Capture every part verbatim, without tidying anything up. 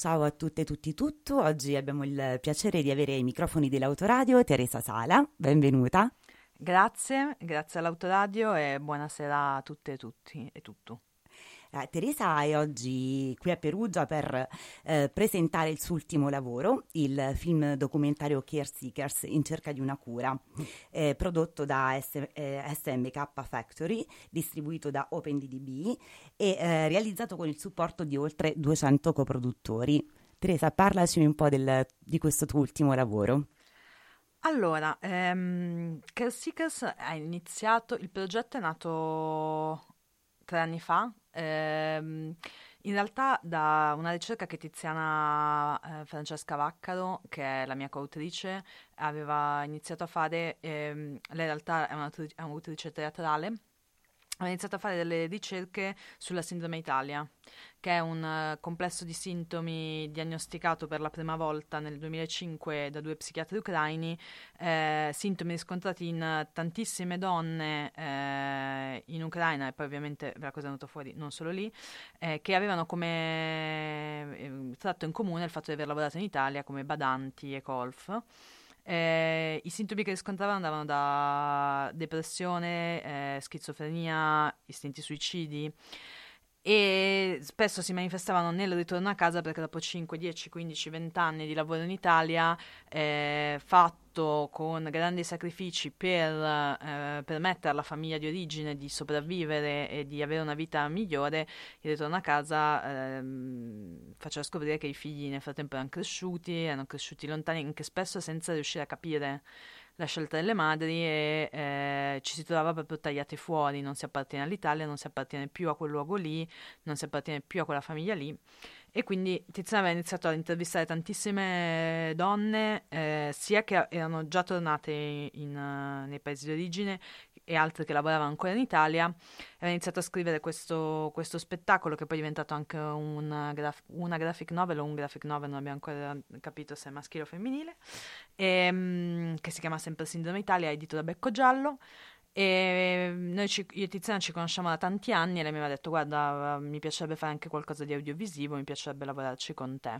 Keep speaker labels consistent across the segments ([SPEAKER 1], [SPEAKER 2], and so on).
[SPEAKER 1] Ciao a tutte e tutti tutto, oggi abbiamo il piacere di avere ai microfoni dell'Autoradio Teresa Sala, benvenuta.
[SPEAKER 2] Grazie, grazie all'Autoradio e buonasera a tutte e tutti e tutto.
[SPEAKER 1] Eh, Teresa è oggi qui a Perugia per eh, presentare il suo ultimo lavoro, il film documentario Care Seekers in cerca di una cura, eh, prodotto da S- eh, S M K Factory, distribuito da OpenDDB e eh, realizzato con il supporto di oltre duecento coproduttori. Teresa, parlaci un po' del- di questo tuo ultimo lavoro.
[SPEAKER 2] Allora, ehm, Care Seekers ha iniziato, il progetto è nato tre anni fa, ehm, in realtà da una ricerca che Tiziana eh, Francesca Vaccaro, che è la mia coautrice, aveva iniziato a fare, ehm, lei in realtà è un'autori- è un'autrice teatrale, ha iniziato a fare delle ricerche sulla sindrome Italia, che è un eh, complesso di sintomi diagnosticato per la prima volta nel duemilacinque da due psichiatri ucraini, eh, sintomi riscontrati in tantissime donne eh, in Ucraina e poi ovviamente la cosa è venuta fuori non solo lì, eh, che avevano come eh, tratto in comune il fatto di aver lavorato in Italia come badanti e colf. Eh, I sintomi che riscontravano andavano da depressione, eh, schizofrenia, istinti suicidi e spesso si manifestavano nel ritorno a casa perché dopo cinque, dieci, quindici, venti anni di lavoro in Italia, eh, fatto con grandi sacrifici per eh, permettere alla famiglia di origine di sopravvivere e di avere una vita migliore, il ritorno a casa ehm, faceva scoprire che i figli nel frattempo erano cresciuti, erano cresciuti lontani, anche spesso senza riuscire a capire la scelta delle madri e eh, ci si trovava proprio tagliati fuori, non si appartiene all'Italia, non si appartiene più a quel luogo lì, non si appartiene più a quella famiglia lì. E quindi Tiziana aveva iniziato ad intervistare tantissime donne, eh, sia che erano già tornate in, eh, nei paesi di origine e altre che lavoravano ancora in Italia. Aveva iniziato a scrivere questo, questo spettacolo che poi è diventato anche una, graf- una graphic novel o un graphic novel, non abbiamo ancora capito se è maschile o femminile, ehm, che si chiama sempre Sindrome Italia, edito da Becco Giallo. E noi ci, io e Tiziana ci conosciamo da tanti anni e lei mi aveva detto guarda, mi piacerebbe fare anche qualcosa di audiovisivo, mi piacerebbe lavorarci con te.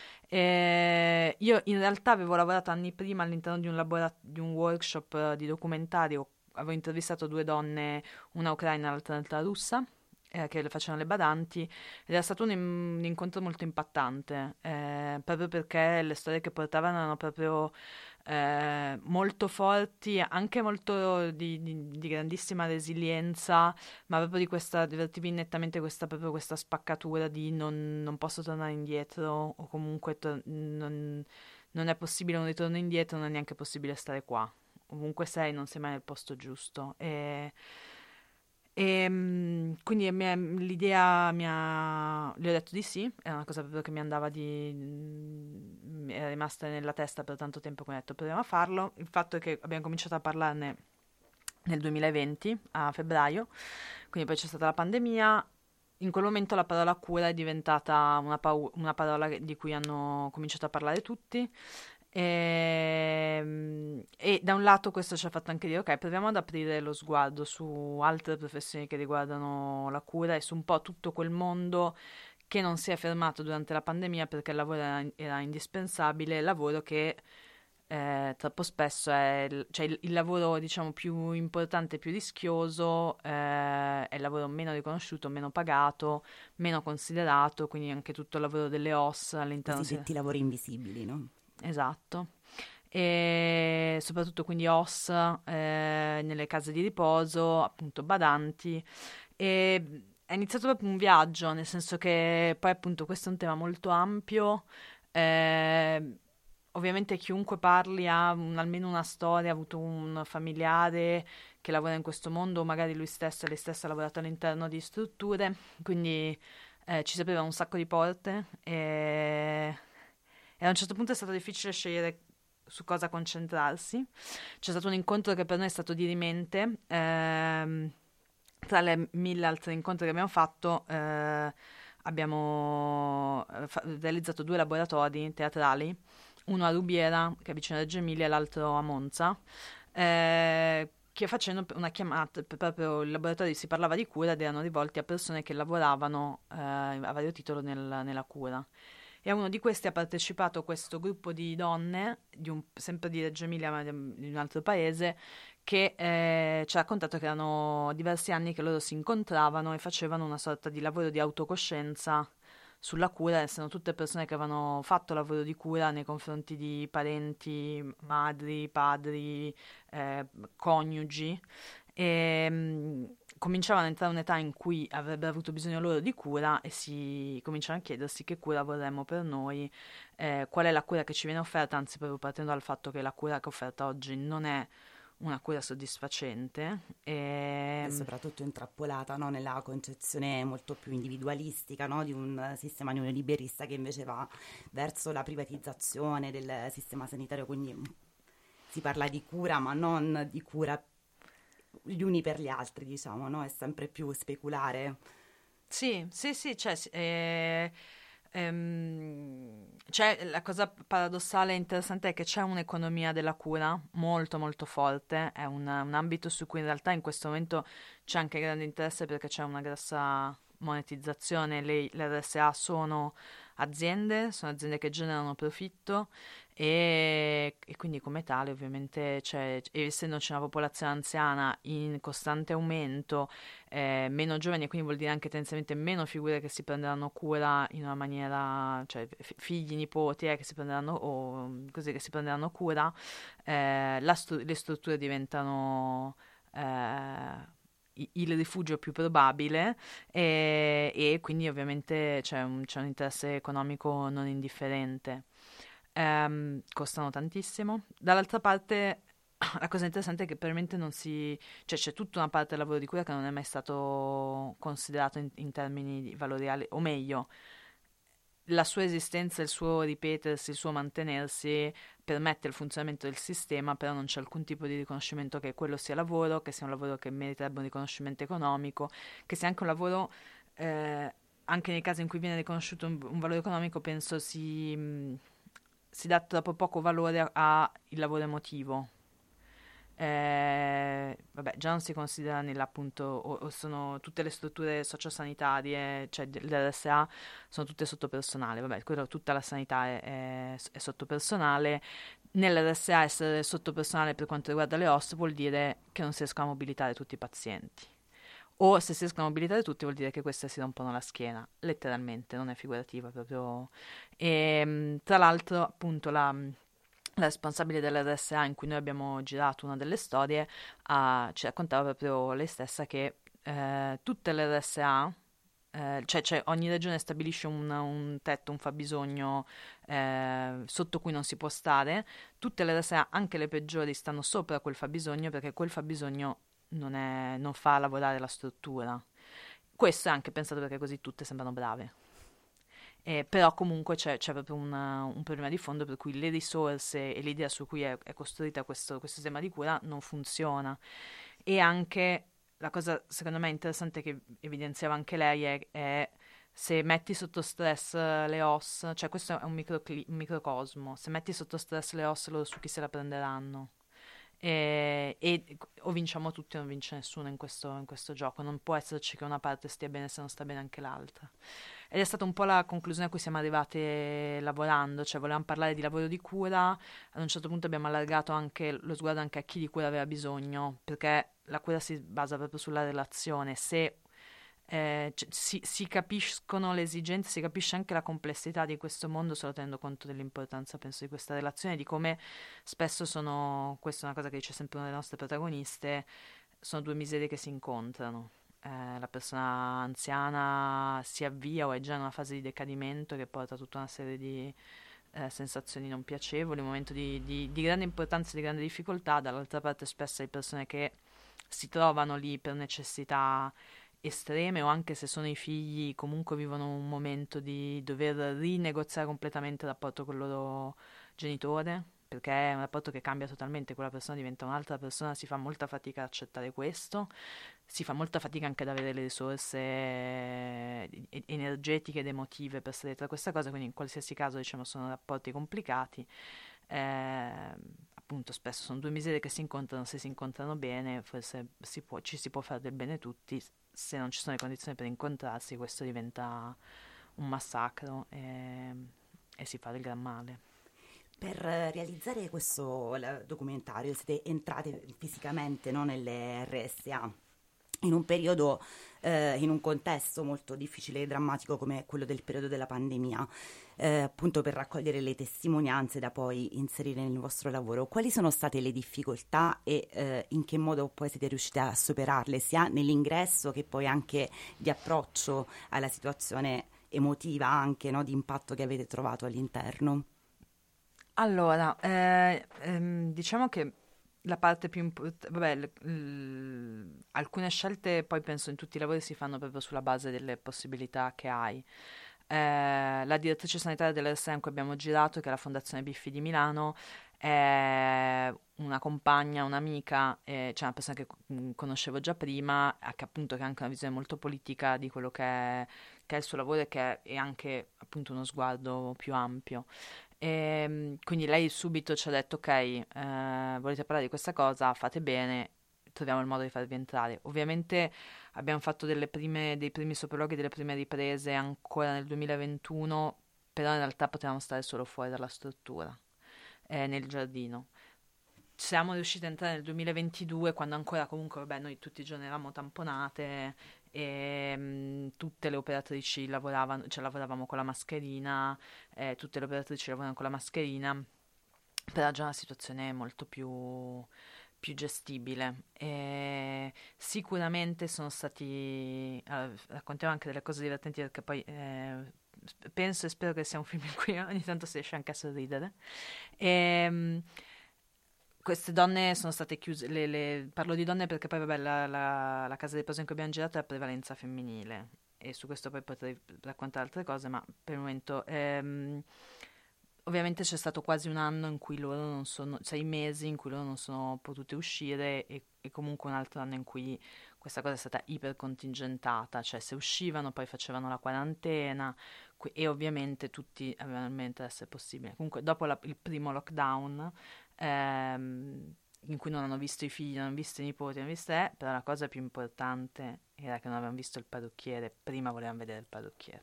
[SPEAKER 2] E io in realtà avevo lavorato anni prima all'interno di un, labora- di un workshop eh, di documentario, avevo intervistato due donne, una ucraina e l'altra russa, eh, che le facevano le badanti, ed era stato un, in- un incontro molto impattante, eh, proprio perché le storie che portavano erano proprio eh, molto forti, anche molto di, di- di grandissima resilienza, ma proprio di questa, divertivi nettamente questa, proprio questa spaccatura di non, non posso tornare indietro o comunque to- non, non è possibile un ritorno indietro, non è neanche possibile stare qua. Ovunque sei, non sei mai nel posto giusto. E, e, mm, quindi mi è- l'idea mi ha... gli ho detto di sì, è una cosa proprio che mi andava di... mi è rimasta nella testa per tanto tempo che ho detto proviamo a farlo. Il fatto è che abbiamo cominciato a parlarne nel duemilaventi, a febbraio, quindi poi c'è stata la pandemia. In quel momento la parola cura è diventata una, pau- una parola di cui hanno cominciato a parlare tutti. E, e da un lato questo ci ha fatto anche dire, ok, proviamo ad aprire lo sguardo su altre professioni che riguardano la cura e su un po' tutto quel mondo che non si è fermato durante la pandemia perché il lavoro era, era indispensabile, lavoro che eh, troppo spesso è il, cioè il, il lavoro diciamo più importante, più rischioso, eh, è il lavoro meno riconosciuto, meno pagato, meno considerato, quindi anche tutto il lavoro delle O S all'interno. si-
[SPEAKER 1] Cosiddetti lavori invisibili, no?
[SPEAKER 2] Esatto. E soprattutto quindi O S eh, nelle case di riposo, appunto badanti. E è iniziato proprio un viaggio, nel senso che poi appunto questo è un tema molto ampio. eh, Ovviamente chiunque parli ha un- almeno una storia, ha avuto un familiare che lavora in questo mondo, o magari lui stesso e lei stessa ha lavorato all'interno di strutture, quindi eh, ci si apriva un sacco di porte e, e a un certo punto è stato difficile scegliere su cosa concentrarsi. C'è stato un incontro che per noi è stato dirimente, ehm, tra le mille altre incontri che abbiamo fatto, eh, abbiamo eh, fa- realizzato due laboratori teatrali, uno a Rubiera, che è vicino a Reggio Emilia, e l'altro a Monza, eh, che facendo una chiamata, p- proprio il laboratorio si parlava di cura ed erano rivolti a persone che lavoravano eh, a vario titolo nel- nella cura. e a uno di questi ha partecipato questo gruppo di donne, di un, sempre di Reggio Emilia, ma di un altro paese, che eh, ci ha raccontato che erano diversi anni che loro si incontravano e facevano una sorta di lavoro di autocoscienza sulla cura, essendo tutte persone che avevano fatto lavoro di cura nei confronti di parenti, madri, padri, eh, coniugi, e mh, cominciavano ad entrare in un'età in cui avrebbero avuto bisogno loro di cura e si cominciano a chiedersi che cura vorremmo per noi, eh, qual è la cura che ci viene offerta, anzi proprio partendo dal fatto che la cura che è offerta oggi non è una cura soddisfacente. E
[SPEAKER 1] E soprattutto intrappolata, no, nella concezione molto più individualistica, no, di un sistema neoliberista che invece va verso la privatizzazione del sistema sanitario, quindi si parla di cura, ma non di cura gli uni per gli altri, diciamo, no? È sempre più speculare.
[SPEAKER 2] Sì, sì, sì, cioè, sì, eh, ehm, c'è la cosa paradossale e interessante è che c'è un'economia della cura molto molto forte, è un, un ambito su cui in realtà in questo momento c'è anche grande interesse perché c'è una grossa monetizzazione, le, le R S A sono aziende, sono aziende che generano profitto e, e quindi come tale ovviamente c'è, essendoci una popolazione anziana in costante aumento, eh, meno giovani e quindi vuol dire anche tendenzialmente meno figure che si prenderanno cura in una maniera, cioè f- figli, nipoti eh, che si prenderanno o così che si prenderanno cura, eh, la stru- le strutture diventano eh, i- il rifugio più probabile e, e quindi ovviamente c'è un, c'è un interesse economico non indifferente. Ehm, costano tantissimo. Dall'altra parte la cosa interessante è che probabilmente non si... cioè c'è tutta una parte del lavoro di cura che non è mai stato considerato in, in termini di valoriali, o meglio, la sua esistenza, il suo ripetersi, il suo mantenersi permette il funzionamento del sistema, però non c'è alcun tipo di riconoscimento che quello sia lavoro, che sia un lavoro che meriterebbe un riconoscimento economico, che sia anche un lavoro, eh, anche nei casi in cui viene riconosciuto un, un valore economico, penso si, mh, si dà troppo poco valore al lavoro emotivo. Eh, vabbè, già non si considera nell'appunto, o, o sono tutte le strutture sociosanitarie, cioè dell'R S A, sono tutte sotto personale, vabbè, quello, tutta la sanità è, è, è sotto personale. Nell'R S A essere sotto personale per quanto riguarda le O S vuol dire che non si riescono a mobilitare tutti i pazienti. O se si riescono a mobilitare tutti vuol dire che queste si rompono la schiena, letteralmente, non è figurativa, proprio. E tra l'altro, appunto, la la responsabile dell'R S A in cui noi abbiamo girato una delle storie ha- ci raccontava proprio lei stessa che eh, tutte le R S A, eh, cioè, cioè ogni regione stabilisce un, un tetto, un fabbisogno eh, sotto cui non si può stare, tutte le R S A, anche le peggiori, stanno sopra quel fabbisogno perché quel fabbisogno non, è- non fa lavorare la struttura. Questo è anche pensato perché così tutte sembrano brave. Eh, però comunque c'è, c'è proprio una- un problema di fondo per cui le risorse e l'idea su cui è, è costruita questo, questo sistema di cura non funziona. E anche la cosa secondo me interessante che evidenziava anche lei è, è se metti sotto stress le O S, cioè questo è un, microcli- un microcosmo, se metti sotto stress le O S loro su chi se la prenderanno. E, e o vinciamo tutti o non vince nessuno in questo, in questo gioco, non può esserci che una parte stia bene se non sta bene anche l'altra. Ed è stata un po' la conclusione a cui siamo arrivate lavorando, cioè volevamo parlare di lavoro di cura, ad un certo punto abbiamo allargato anche lo sguardo anche a chi di cura aveva bisogno, perché la cura si basa proprio sulla relazione, se eh, c- si, si capiscono le esigenze, si capisce anche la complessità di questo mondo, solo tenendo conto dell'importanza, penso, di questa relazione, di come spesso sono, questa è una cosa che dice sempre una delle nostre protagoniste, sono due miserie che si incontrano. Eh, la persona anziana si avvia o è già in una fase di decadimento che porta a tutta una serie di eh, sensazioni non piacevoli, un momento di, di, di grande importanza e di grande difficoltà, dall'altra parte spesso hai persone che si trovano lì per necessità estreme o anche se sono i figli comunque vivono un momento di dover rinegoziare completamente il rapporto con il loro genitore perché è un rapporto che cambia totalmente, quella persona diventa un'altra persona, si fa molta fatica ad accettare questo, si fa molta fatica anche ad avere le risorse eh, energetiche ed emotive per stare dietro a questa cosa, quindi in qualsiasi caso diciamo sono rapporti complicati. Eh, appunto spesso sono due miserie che si incontrano, se si incontrano bene forse si può, ci si può fare del bene tutti, se non ci sono le condizioni per incontrarsi questo diventa un massacro. E, e si fa del gran male.
[SPEAKER 1] Per realizzare questo documentario siete entrate fisicamente, no, nelle R S A in un periodo, eh, in un contesto molto difficile e drammatico come quello del periodo della pandemia, eh, appunto per raccogliere le testimonianze da poi inserire nel vostro lavoro. Quali sono state le difficoltà e eh, in che modo poi siete riusciti a superarle, sia nell'ingresso che poi anche di approccio alla situazione emotiva, anche, no, di impatto che avete trovato all'interno?
[SPEAKER 2] Allora, eh, ehm, diciamo che la parte più importante, vabbè, l- l- alcune scelte poi penso in tutti i lavori si fanno proprio sulla base delle possibilità che hai. Eh, la direttrice sanitaria dell'R S A in cui abbiamo girato, che è la Fondazione Biffi di Milano, è una compagna, un'amica, eh, cioè una persona che mm, conoscevo già prima, eh, che appunto che ha anche una visione molto politica di quello che è, che è il suo lavoro e che è, è anche appunto uno sguardo più ampio. E, quindi lei subito ci ha detto: ok, eh, volete parlare di questa cosa, fate bene, troviamo il modo di farvi entrare. Ovviamente abbiamo fatto delle prime, dei primi sopralluoghi, delle prime riprese ancora nel duemilaventuno, però in realtà potevamo stare solo fuori dalla struttura, eh, nel giardino. Siamo riusciti a entrare nel duemilaventidue, quando ancora comunque, vabbè, noi tutti i giorni eravamo tamponate e mh, tutte le operatrici lavoravano, cioè lavoravamo con la mascherina, eh, tutte le operatrici lavoravano con la mascherina, però già una situazione molto più, più gestibile. E sicuramente sono stati, allora, raccontiamo anche delle cose divertenti perché poi eh, penso e spero che sia un film in cui ogni tanto si riesce anche a sorridere. E, mh, queste donne sono state chiuse, le, le- parlo di donne perché poi vabbè la, la- la casa di riposo in cui abbiamo girato è a prevalenza femminile e su questo poi potrei raccontare altre cose, ma per il momento ehm, ovviamente c'è stato quasi un anno in cui loro non sono, sei mesi in cui loro non sono potute uscire e, e comunque un altro anno in cui questa cosa è stata ipercontingentata, cioè se uscivano poi facevano la quarantena que- e ovviamente tutti avevano in mente di essere possibile. Comunque dopo la- il primo lockdown ehm, in cui non hanno visto i figli, non hanno visto i nipoti, non hanno visto te, però la cosa più importante era che non avevano visto il parrucchiere, prima volevano vedere il parrucchiere.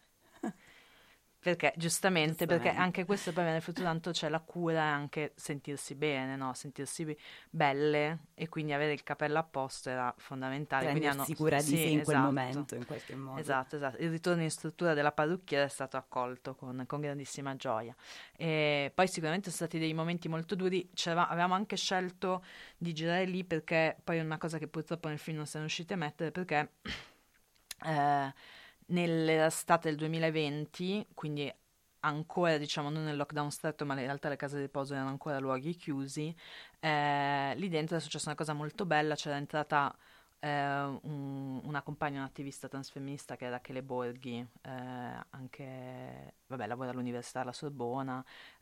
[SPEAKER 2] Perché, giustamente, perché
[SPEAKER 1] Giustamente.
[SPEAKER 2] anche questo poi viene frutto tanto, c'è la cura e anche sentirsi bene, no? Sentirsi bi- belle e quindi avere il capello a posto era fondamentale. Quindi hanno,
[SPEAKER 1] Prendersi cura di sé
[SPEAKER 2] sì,
[SPEAKER 1] in quel
[SPEAKER 2] esatto,
[SPEAKER 1] momento, in qualche modo.
[SPEAKER 2] esatto, esatto. Il ritorno in struttura della parrucchiera è stato accolto con, con grandissima gioia. E poi sicuramente sono stati dei momenti molto duri. C'era- avevamo anche scelto di girare lì perché poi è una cosa che purtroppo nel film non siamo riusciti a mettere perché eh, nell'estate del duemilaventi, quindi ancora diciamo non nel lockdown stretto, ma in realtà le case di riposo erano ancora luoghi chiusi, eh, lì dentro è successa una cosa molto bella, c'era entrata eh, un- una compagna, un'attivista transfemminista che era Chele Borghi, eh, anche, vabbè, lavora all'Università della Sorbona,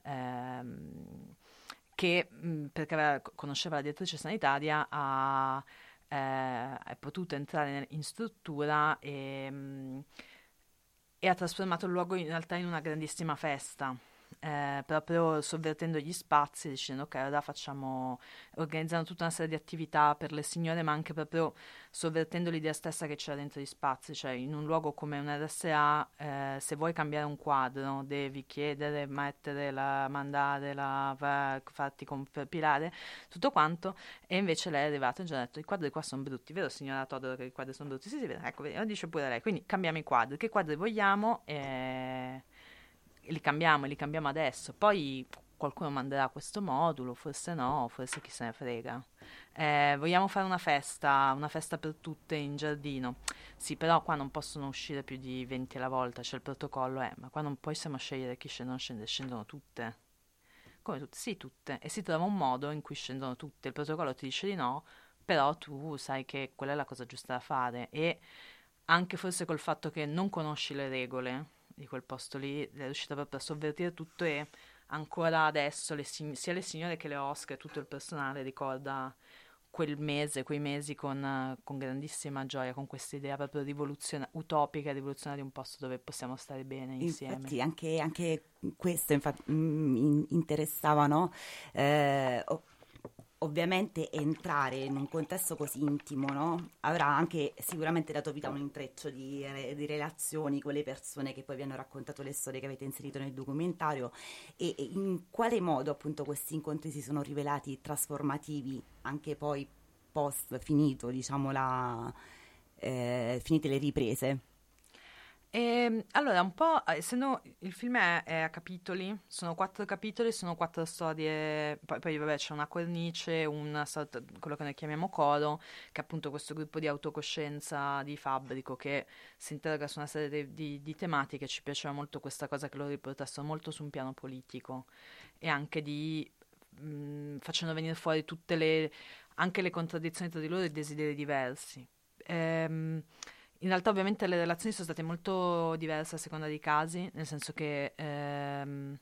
[SPEAKER 2] ehm, che mh, perché aveva- conosceva la direttrice sanitaria ha eh, è potuto entrare nel- in struttura e, mh, e ha trasformato il luogo in realtà in una grandissima festa. Eh, proprio sovvertendo gli spazi, dicendo ok, ora facciamo, organizzando tutta una serie di attività per le signore, ma anche proprio sovvertendo l'idea stessa che c'era dentro gli spazi, cioè in un luogo come un R S A, eh, se vuoi cambiare un quadro, devi chiedere, mettere, la, mandare, la, fa- farti compilare, tutto quanto, e invece lei è arrivata e ci ha detto: i quadri qua sono brutti, vero signora Todoro che i quadri sono brutti? Sì, sì, vero. Ecco, vedi, lo dice pure lei, quindi cambiamo i quadri, che quadri vogliamo? E e li cambiamo, e li cambiamo adesso. Poi qualcuno manderà questo modulo, forse no, forse chi se ne frega. Eh, vogliamo fare una festa, una festa per tutte in giardino. Sì, però qua non possono uscire più di venti alla volta, c'è il protocollo, eh, ma qua non possiamo scegliere chi scende o non scende, scendono tutte. Come tutte? Sì, tutte. E si trova un modo in cui scendono tutte. Il protocollo ti dice di no, però tu sai che quella è la cosa giusta da fare. E anche forse col fatto che non conosci le regole di quel posto lì, è riuscita proprio a sovvertire tutto e ancora adesso le sig- sia le signore che le Oscar e tutto il personale ricorda quel mese, quei mesi con, eh, con grandissima gioia, con questa idea proprio rivoluziona- utopica e rivoluzionaria di un posto dove possiamo stare bene insieme.
[SPEAKER 1] Infatti anche, anche questo infatti, mm, in- interessava, no? Eh, o- ovviamente entrare in un contesto così intimo, no? Avrà anche sicuramente dato vita a un intreccio di, di relazioni con le persone che poi vi hanno raccontato le storie che avete inserito nel documentario, e, e in quale modo appunto questi incontri si sono rivelati trasformativi anche poi post finito, diciamo, la, eh, finite le riprese.
[SPEAKER 2] E, allora, un po', essendo il film è, è a capitoli, sono quattro capitoli, sono quattro storie, poi, poi vabbè c'è una cornice, una sorta, quello che noi chiamiamo coro, che è appunto questo gruppo di autocoscienza di Fabbrico che si interroga su una serie di, di, di tematiche. Ci piaceva molto questa cosa che lo riportassero molto su un piano politico e anche di mh, facendo venire fuori tutte le, anche le contraddizioni tra di loro e i desideri diversi. Ehm, In realtà ovviamente le relazioni sono state molto diverse a seconda dei casi, nel senso che ehm,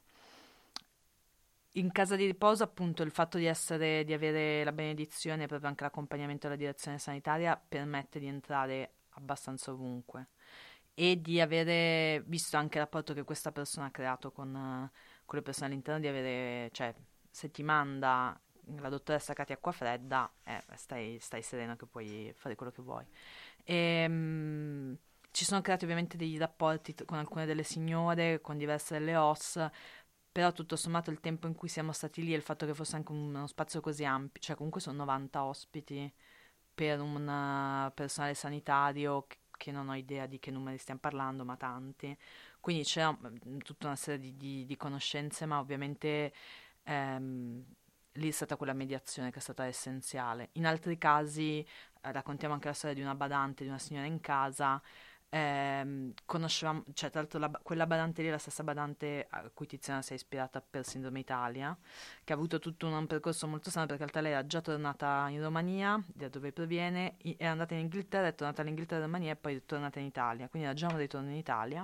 [SPEAKER 2] in casa di riposo appunto il fatto di essere, di avere la benedizione e proprio anche l'accompagnamento della direzione sanitaria permette di entrare abbastanza ovunque e di avere, visto anche il rapporto che questa persona ha creato con, eh, con le persone all'interno, di avere, cioè se ti manda la dottoressa Katia Acquafredda, eh, stai, stai sereno che puoi fare quello che vuoi. E, mm, ci sono creati ovviamente dei rapporti t- con alcune delle signore, con diverse delle O S, però tutto sommato il tempo in cui siamo stati lì e il fatto che fosse anche un- uno spazio così ampio, cioè comunque sono novanta ospiti per un eh, personale sanitario che, che non ho idea di che numeri stiamo parlando, ma tanti. Quindi c'è mm, tutta una serie di, di- di conoscenze, ma ovviamente ehm, lì è stata quella mediazione che è stata essenziale. In altri casi eh, raccontiamo anche la storia di una badante, di una signora in casa. Ehm, conoscevamo, cioè, tra l'altro, la- quella badante lì è la stessa badante a cui Tiziana si è ispirata per Sindrome Italia, che ha avuto tutto un, un percorso molto strano perché in realtà lei era già tornata in Romania, da dove proviene, i- è andata in Inghilterra, è tornata all'Inghilterra e Romania e poi è tornata in Italia, quindi era già un ritorno in Italia.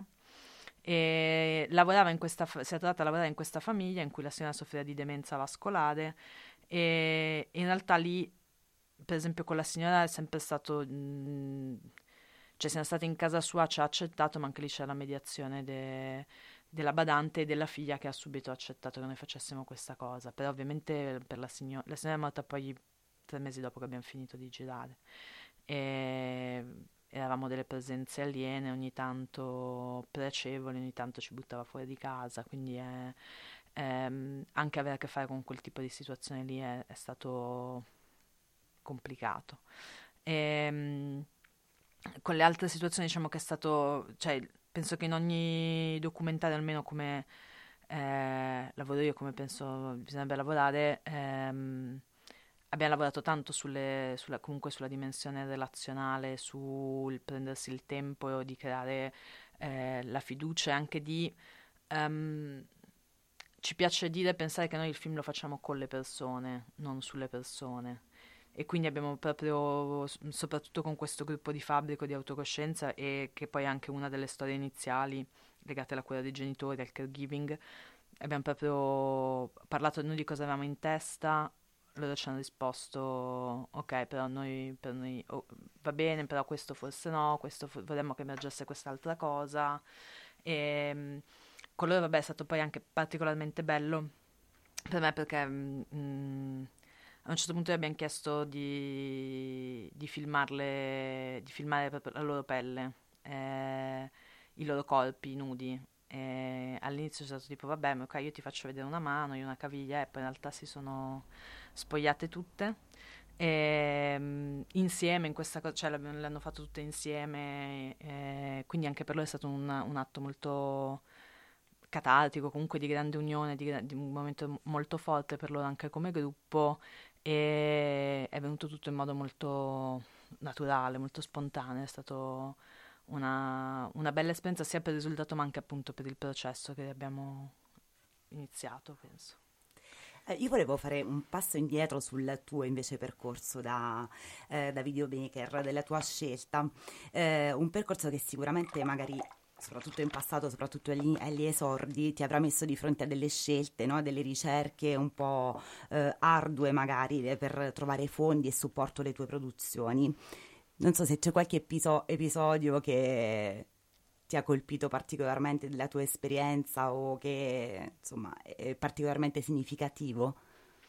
[SPEAKER 2] E lavorava in questa, fa- si è trovata a lavorare in questa famiglia in cui la signora soffriva di demenza vascolare e in realtà lì, per esempio, con la signora è sempre stato, mh, cioè siamo stati in casa sua, ci ha accettato, ma anche lì c'è la mediazione de- della badante e della figlia che ha subito accettato che noi facessimo questa cosa. Però ovviamente per la signora, la signora è morta poi tre mesi dopo che abbiamo finito di girare. E eravamo delle presenze aliene, ogni tanto piacevoli, ogni tanto ci buttava fuori di casa, quindi è, ehm, anche avere a che fare con quel tipo di situazione lì è, è stato complicato. E, con le altre situazioni diciamo che è stato, cioè penso che in ogni documentario, almeno come eh, lavoro io, come penso bisognerebbe lavorare, ehm, abbiamo lavorato tanto sulle, sulla, comunque sulla dimensione relazionale, sul prendersi il tempo di creare eh, la fiducia e anche di... ehm, ci piace dire e pensare che noi il film lo facciamo con le persone, non sulle persone. E quindi abbiamo proprio, s- soprattutto con questo gruppo di Fabbrico di autocoscienza, e che poi è anche una delle storie iniziali legate alla cura dei genitori, al caregiving, abbiamo proprio parlato noi di cosa avevamo in testa, loro ci hanno risposto, ok, però noi, per noi oh, va bene, però questo forse no, questo for- vorremmo che emergesse quest'altra cosa. E mm, con loro, vabbè, è stato poi anche particolarmente bello per me perché mm, mm, a un certo punto gli abbiamo chiesto di, di filmarle, di filmare proprio la loro pelle, eh, i loro corpi nudi. E all'inizio è stato tipo, vabbè, ma ok, io ti faccio vedere una mano, io una caviglia, e poi in realtà si sono spogliate tutte. E, mm, insieme in questa cosa, cioè l'abbiamo- le hanno fatto tutte insieme, e quindi anche per loro è stato un, un atto molto catartico, comunque di grande unione, di, gra- di un momento molto forte per loro anche come gruppo, e è venuto tutto in modo molto naturale, molto spontaneo, è stato una, una bella esperienza sia per il risultato ma anche appunto per il processo che abbiamo iniziato, penso.
[SPEAKER 1] Eh, io volevo fare un passo indietro sul tuo invece percorso da, eh, da videomaker, della tua scelta. Eh, un percorso che sicuramente magari, soprattutto in passato, soprattutto agli, agli esordi, ti avrà messo di fronte a delle scelte, no? Delle ricerche un po' eh, ardue magari eh, per trovare fondi e supporto alle tue produzioni. Non so se c'è qualche episo- episodio che ti ha colpito particolarmente della tua esperienza o che insomma è particolarmente significativo.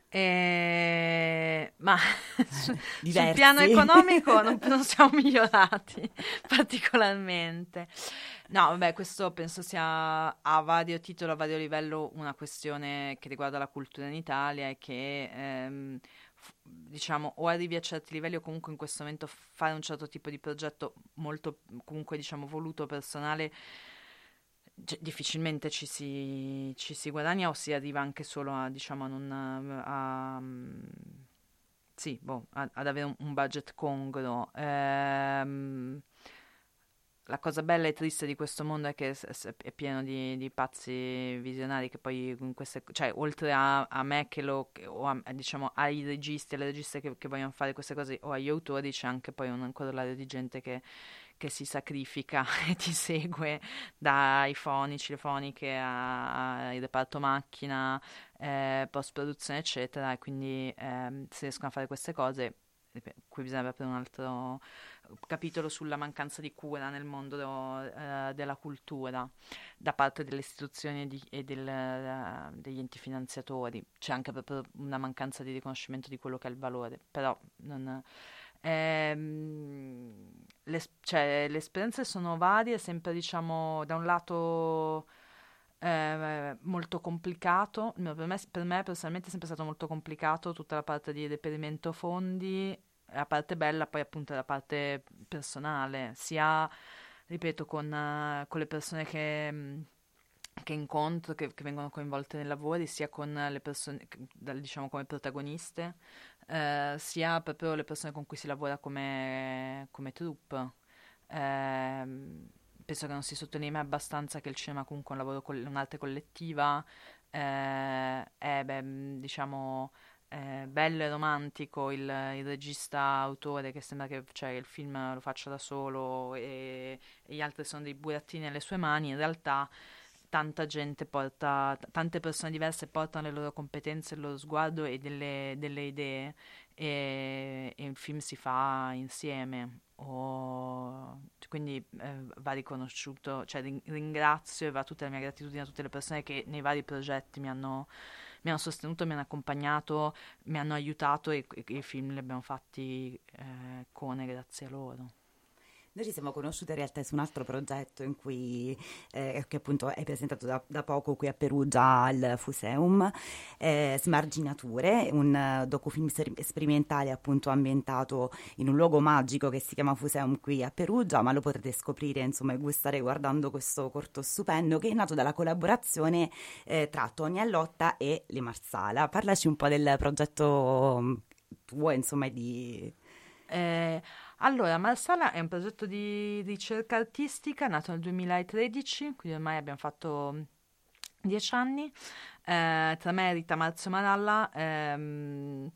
[SPEAKER 2] E... ma su- sul
[SPEAKER 1] Diversi.
[SPEAKER 2] piano economico non, non siamo migliorati particolarmente. No, vabbè, questo penso sia a vario titolo, a vario livello, una questione che riguarda la cultura in Italia e che, ehm, f- diciamo, o arrivi a certi livelli o comunque in questo momento fare un certo tipo di progetto molto, comunque, diciamo, voluto, personale, cioè, difficilmente ci si, ci si guadagna o si arriva anche solo a, diciamo, a non, a, a- sì, boh, a- ad avere un, un budget congruo. Ehm, la cosa bella e triste di questo mondo è che s- s- è pieno di, di pazzi visionari che poi in queste, cioè oltre a, a me che lo, che- o a- a, diciamo ai registi, alle registe che, che vogliono fare queste cose o agli autori c'è anche poi un corollario di gente che, che si sacrifica e ti segue dai fonici, le foniche a- al reparto macchina, eh, post produzione eccetera e quindi ehm, se riescono a fare queste cose ripet- qui bisogna aprire un altro capitolo sulla mancanza di cura nel mondo eh, della cultura da parte delle istituzioni e, di- e del, eh, degli enti finanziatori. C'è anche proprio una mancanza di riconoscimento di quello che è il valore, però non, ehm, le, cioè, le esperienze sono varie, sempre diciamo da un lato eh, molto complicato, no, per me, per me personalmente è sempre stato molto complicato tutta la parte di reperimento fondi, la parte bella poi appunto è la parte personale, sia, ripeto, con, eh, con le persone che, mh, che incontro, che, che vengono coinvolte nei lavori, sia con le persone, che- dal- diciamo come protagoniste, eh, sia proprio le persone con cui si lavora come, come troupe. Ehm, penso che non si sottolinei mai abbastanza che il cinema comunque è un lavoro, coll- un'arte collettiva, eh, è, beh, mh, diciamo eh, bello e romantico il, il regista autore che sembra che cioè, il film lo faccia da solo e, e gli altri sono dei burattini nelle sue mani, in realtà tanta gente porta, t- tante persone diverse portano le loro competenze, il loro sguardo e delle, delle idee e, e il film si fa insieme. O- quindi eh, va riconosciuto, cioè rin- ringrazio e va tutta la mia gratitudine a tutte le persone che nei vari progetti mi hanno mi hanno sostenuto, mi hanno accompagnato, mi hanno aiutato e, e i film li abbiamo fatti eh, con e grazie a loro.
[SPEAKER 1] Noi ci siamo conosciute in realtà su un altro progetto in cui, eh, che appunto è presentato da, da poco qui a Perugia al Fuseum, eh, Smarginature, un eh, docufilm ser- sperimentale appunto ambientato in un luogo magico che si chiama Fuseum qui a Perugia, ma lo potrete scoprire insomma e gustare guardando questo corto stupendo che è nato dalla collaborazione eh, tra Tony Allotta e Le Marsala. Parlaci un po' del progetto mm, tuo, insomma, e di...
[SPEAKER 2] Eh, allora, Marsala è un progetto di ricerca artistica nato nel duemilatredici, quindi ormai abbiamo fatto mm, dieci anni, eh, tra me e Rita Marzio Maralla. ehm,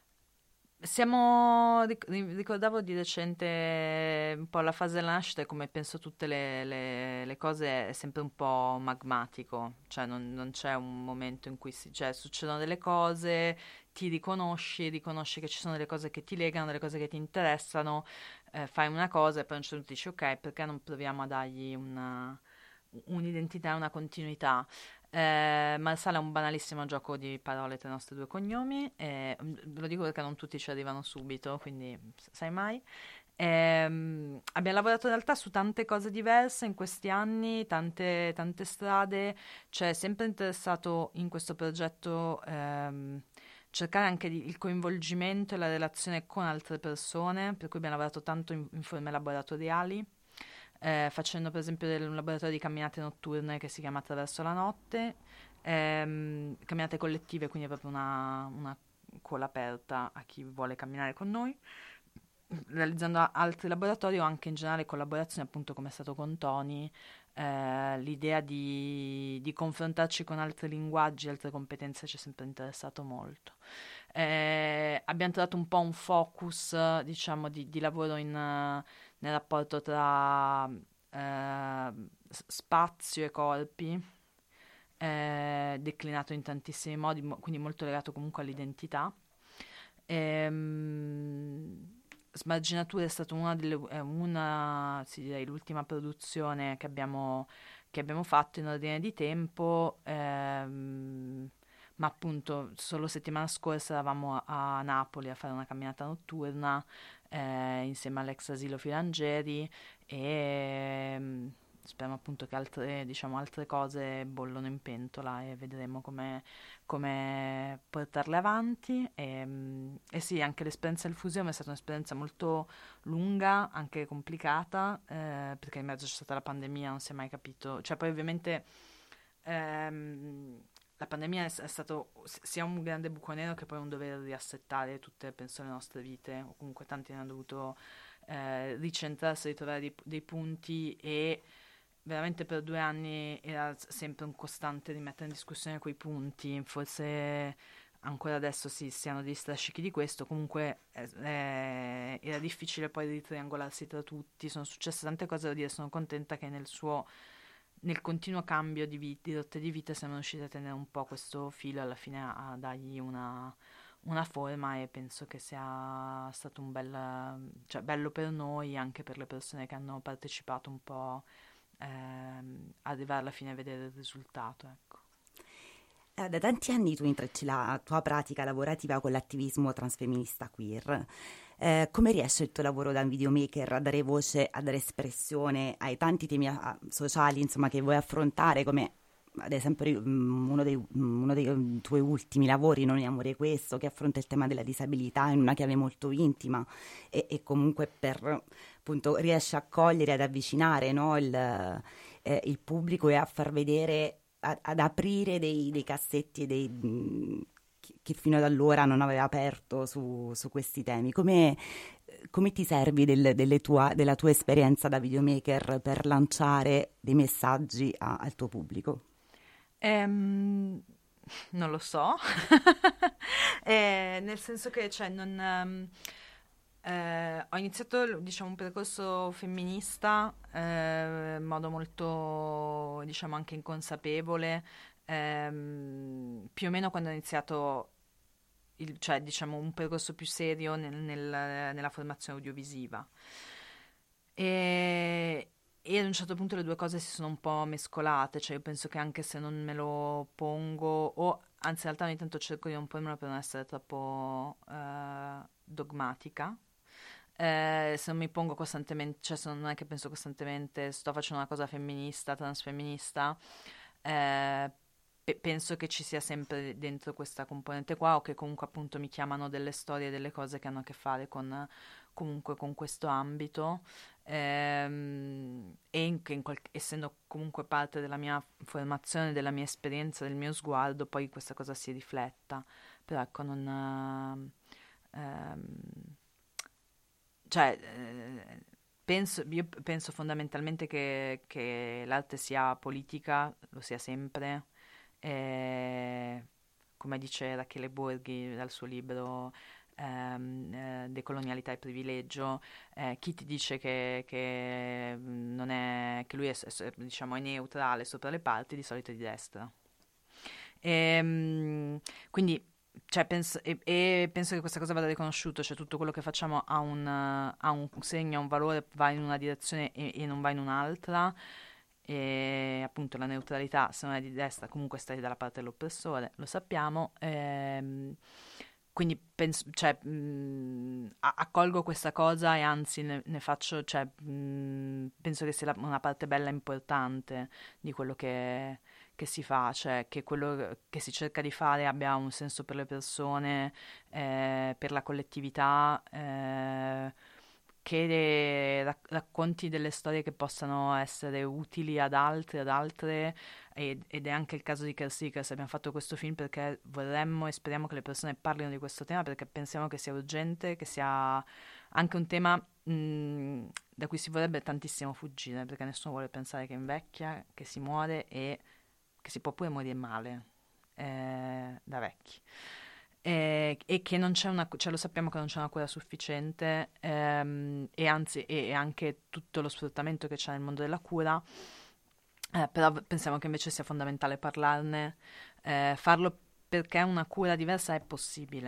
[SPEAKER 2] Siamo, ric- ri- ricordavo di recente un po' la fase della nascita e come penso tutte le, le- le cose è sempre un po' magmatico, cioè non, non c'è un momento in cui si, cioè, succedono delle cose, ti riconosci, riconosci che ci sono delle cose che ti legano, delle cose che ti interessano, eh, fai una cosa e poi a un certo punto dici ok, perché non proviamo a dargli una, un'identità, una continuità? Eh, Marsala è un banalissimo gioco di parole tra i nostri due cognomi, e, mm, ve lo dico perché non tutti ci arrivano subito, quindi s- sai mai. Ehm, abbiamo lavorato in realtà su tante cose diverse in questi anni, tante, tante strade, c'è sempre interessato in questo progetto ehm, cercare anche di- il coinvolgimento e la relazione con altre persone, per cui abbiamo lavorato tanto in, in forme laboratoriali eh, facendo per esempio del- un laboratorio di camminate notturne che si chiama Attraverso la notte, ehm, camminate collettive, quindi è proprio una, una call aperta a chi vuole camminare con noi, realizzando a- altri laboratori o anche in generale collaborazioni, appunto come è stato con Tony, eh, l'idea di, di confrontarci con altri linguaggi, altre competenze ci è sempre interessato molto. Eh, abbiamo trovato un po' un focus, eh, diciamo, di, di lavoro in, eh, nel rapporto tra eh, s- spazio e corpi, eh, declinato in tantissimi modi, mo- quindi molto legato comunque all'identità. Ehm, Smarginature è stata una delle, è una, sì, direi, l'ultima produzione che abbiamo, che abbiamo fatto in ordine di tempo. Ehm, ma appunto solo settimana scorsa eravamo a, a Napoli a fare una camminata notturna eh, insieme all'ex asilo Filangieri e mm, speriamo appunto che altre, diciamo, altre cose bollono in pentola e vedremo come, come portarle avanti. E, mm, e sì, anche l'esperienza del Fusione è stata un'esperienza molto lunga, anche complicata, eh, perché in mezzo c'è stata la pandemia, non si è mai capito, cioè poi ovviamente ehm, la pandemia è, è stato s- sia un grande buco nero che poi un dovere riassettare tutte, penso, le nostre vite, o comunque tanti ne hanno dovuto eh, ricentrarsi, ritrovare dei, dei punti e veramente per due anni era s- sempre un costante rimettere in discussione quei punti, forse ancora adesso sì, si hanno degli strascichi di questo, comunque eh, eh, era difficile poi ritriangolarsi tra tutti, sono successe tante cose da dire, sono contenta che nel suo nel continuo cambio di, vi- di rotte di vita siamo riusciti a tenere un po' questo filo alla fine a, a dargli una, una forma e penso che sia stato un bel, cioè bello per noi, anche per le persone che hanno partecipato un po' ehm, arrivare alla fine a vedere il risultato, ecco.
[SPEAKER 1] Eh, Da tanti anni tu intrecci la tua pratica lavorativa con l'attivismo transfemminista queer. Eh, come riesce il tuo lavoro da videomaker a dare voce, a dare espressione ai tanti temi ah, sociali, insomma, che vuoi affrontare, come ad esempio mm, uno dei, mm, uno dei mm, tuoi ultimi lavori, Non è amore questo, che affronta il tema della disabilità in una chiave molto intima e, e comunque per, appunto, riesce a cogliere, ad avvicinare, no, il, eh, il pubblico e a far vedere a- ad aprire dei, dei cassetti e dei, mh, che che fino ad allora non aveva aperto su, su questi temi. Come, come ti servi del- delle tua- della tua esperienza da videomaker per lanciare dei messaggi a- al tuo pubblico?
[SPEAKER 2] Ehm, Non lo so. Eh, nel senso che cioè, non, ehm, eh, ho iniziato diciamo, un percorso femminista eh, in modo molto diciamo anche inconsapevole, ehm, più o meno quando ho iniziato il- cioè diciamo un percorso più serio nel- nel- nella formazione audiovisiva. E, e ad un certo punto le due cose si sono un po' mescolate, cioè io penso che anche se non me lo pongo, o anzi in realtà ogni tanto cerco di non pormelo per non essere troppo eh, dogmatica, eh, se non mi pongo costantemente, cioè se non è che penso costantemente sto facendo una cosa femminista, transfemminista, eh, pe- penso che ci sia sempre dentro questa componente qua o che comunque appunto mi chiamano delle storie, delle cose che hanno a che fare con comunque con questo ambito ehm, e in- che in qual- essendo comunque parte della mia formazione, della mia esperienza, del mio sguardo, poi questa cosa si rifletta. Però ecco, non... ehm, cioè, eh, penso, io penso fondamentalmente che, che l'arte sia politica, lo sia sempre, e, come dice Rachele Borghi dal suo libro ehm, eh, Decolonialità e privilegio, eh, chi ti dice che, che non è, che lui è, è- diciamo, è neutrale sopra le parti, di solito è di destra. Ehm, quindi cioè, penso, e, e penso che questa cosa vada riconosciuta, cioè tutto quello che facciamo ha un, eh, ha un segno, ha un valore, va in una direzione e, e non va in un'altra. E appunto la neutralità, se non è di destra, comunque stai dalla parte dell'oppressore, lo sappiamo. Ehm, quindi penso, cioè, mh, a- accolgo questa cosa e anzi ne, ne faccio, cioè, mh, penso che sia la- una parte bella e importante di quello che, che si fa, cioè che quello che si cerca di fare abbia un senso per le persone, eh, per la collettività, eh, che rac- racconti delle storie che possano essere utili ad altri, ad altre, ed, ed è anche il caso di Kerseekers. Abbiamo fatto questo film perché vorremmo e speriamo che le persone parlino di questo tema, perché pensiamo che sia urgente, che sia anche un tema mh, da cui si vorrebbe tantissimo fuggire, perché nessuno vuole pensare che invecchia, che si muore e che si può pure morire male eh, da vecchi. E, e che non c'è una, cioè lo sappiamo che non c'è una cura sufficiente ehm, e anzi e, e anche tutto lo sfruttamento che c'è nel mondo della cura, eh, però pensiamo che invece sia fondamentale parlarne, eh, farlo perché una cura diversa è possibile.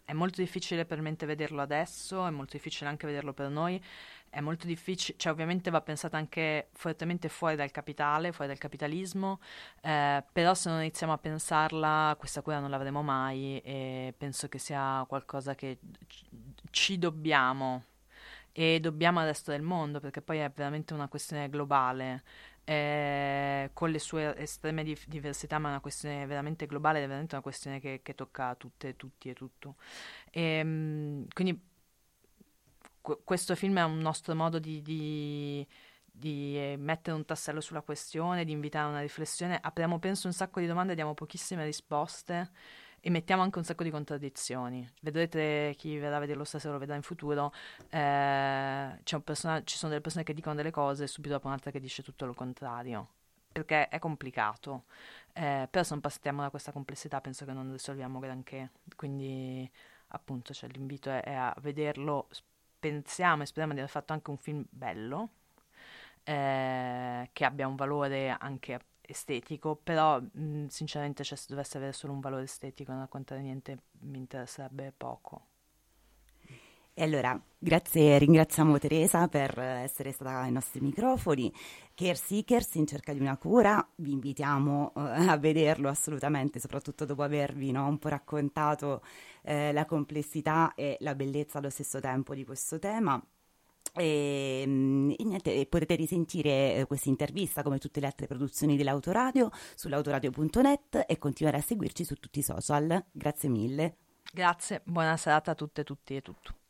[SPEAKER 2] è molto difficile per mente vederlo adesso, è molto difficile anche vederlo per noi, è molto difficile, cioè ovviamente va pensata anche fortemente fuori dal capitale, fuori dal capitalismo, eh, però se non iniziamo a pensarla questa cura non l'avremo mai, e penso che sia qualcosa che ci- ci dobbiamo e dobbiamo al resto del mondo, perché poi è veramente una questione globale, eh, con le sue estreme dif- diversità, ma è una questione veramente globale, è veramente una questione che, che tocca tutte, tutti e tutto. Ehm, quindi que- questo film è un nostro modo di, di- di, eh, mettere un tassello sulla questione, di invitare a una riflessione. Apriamo, penso, un sacco di domande, diamo pochissime risposte e mettiamo anche un sacco di contraddizioni. Vedrete, chi verrà a vederlo stasera lo vedrà in futuro, eh, c'è un persona- ci sono delle persone che dicono delle cose e subito dopo un'altra che dice tutto lo contrario. Perché è complicato, eh, però se non passiamo da questa complessità penso che non risolviamo granché. Quindi appunto, cioè, l'invito è, è a vederlo. S- pensiamo e speriamo di aver fatto anche un film bello, eh, che abbia un valore anche estetico, però mh, sinceramente, cioè, se dovesse avere solo un valore estetico e non raccontare niente mi interesserebbe poco.
[SPEAKER 1] E allora, grazie, ringraziamo Teresa per essere stata ai nostri microfoni. Care Seekers in cerca di una cura, vi invitiamo eh, a vederlo assolutamente, soprattutto dopo avervi, no, un po' raccontato eh, la complessità e la bellezza allo stesso tempo di questo tema. E, mm, e niente, e potete risentire eh, questa intervista come tutte le altre produzioni dell'Autoradio sull'autoradio punto net e continuare a seguirci su tutti i social. Grazie mille.
[SPEAKER 2] Grazie, buona serata a tutte, tutti e tutto.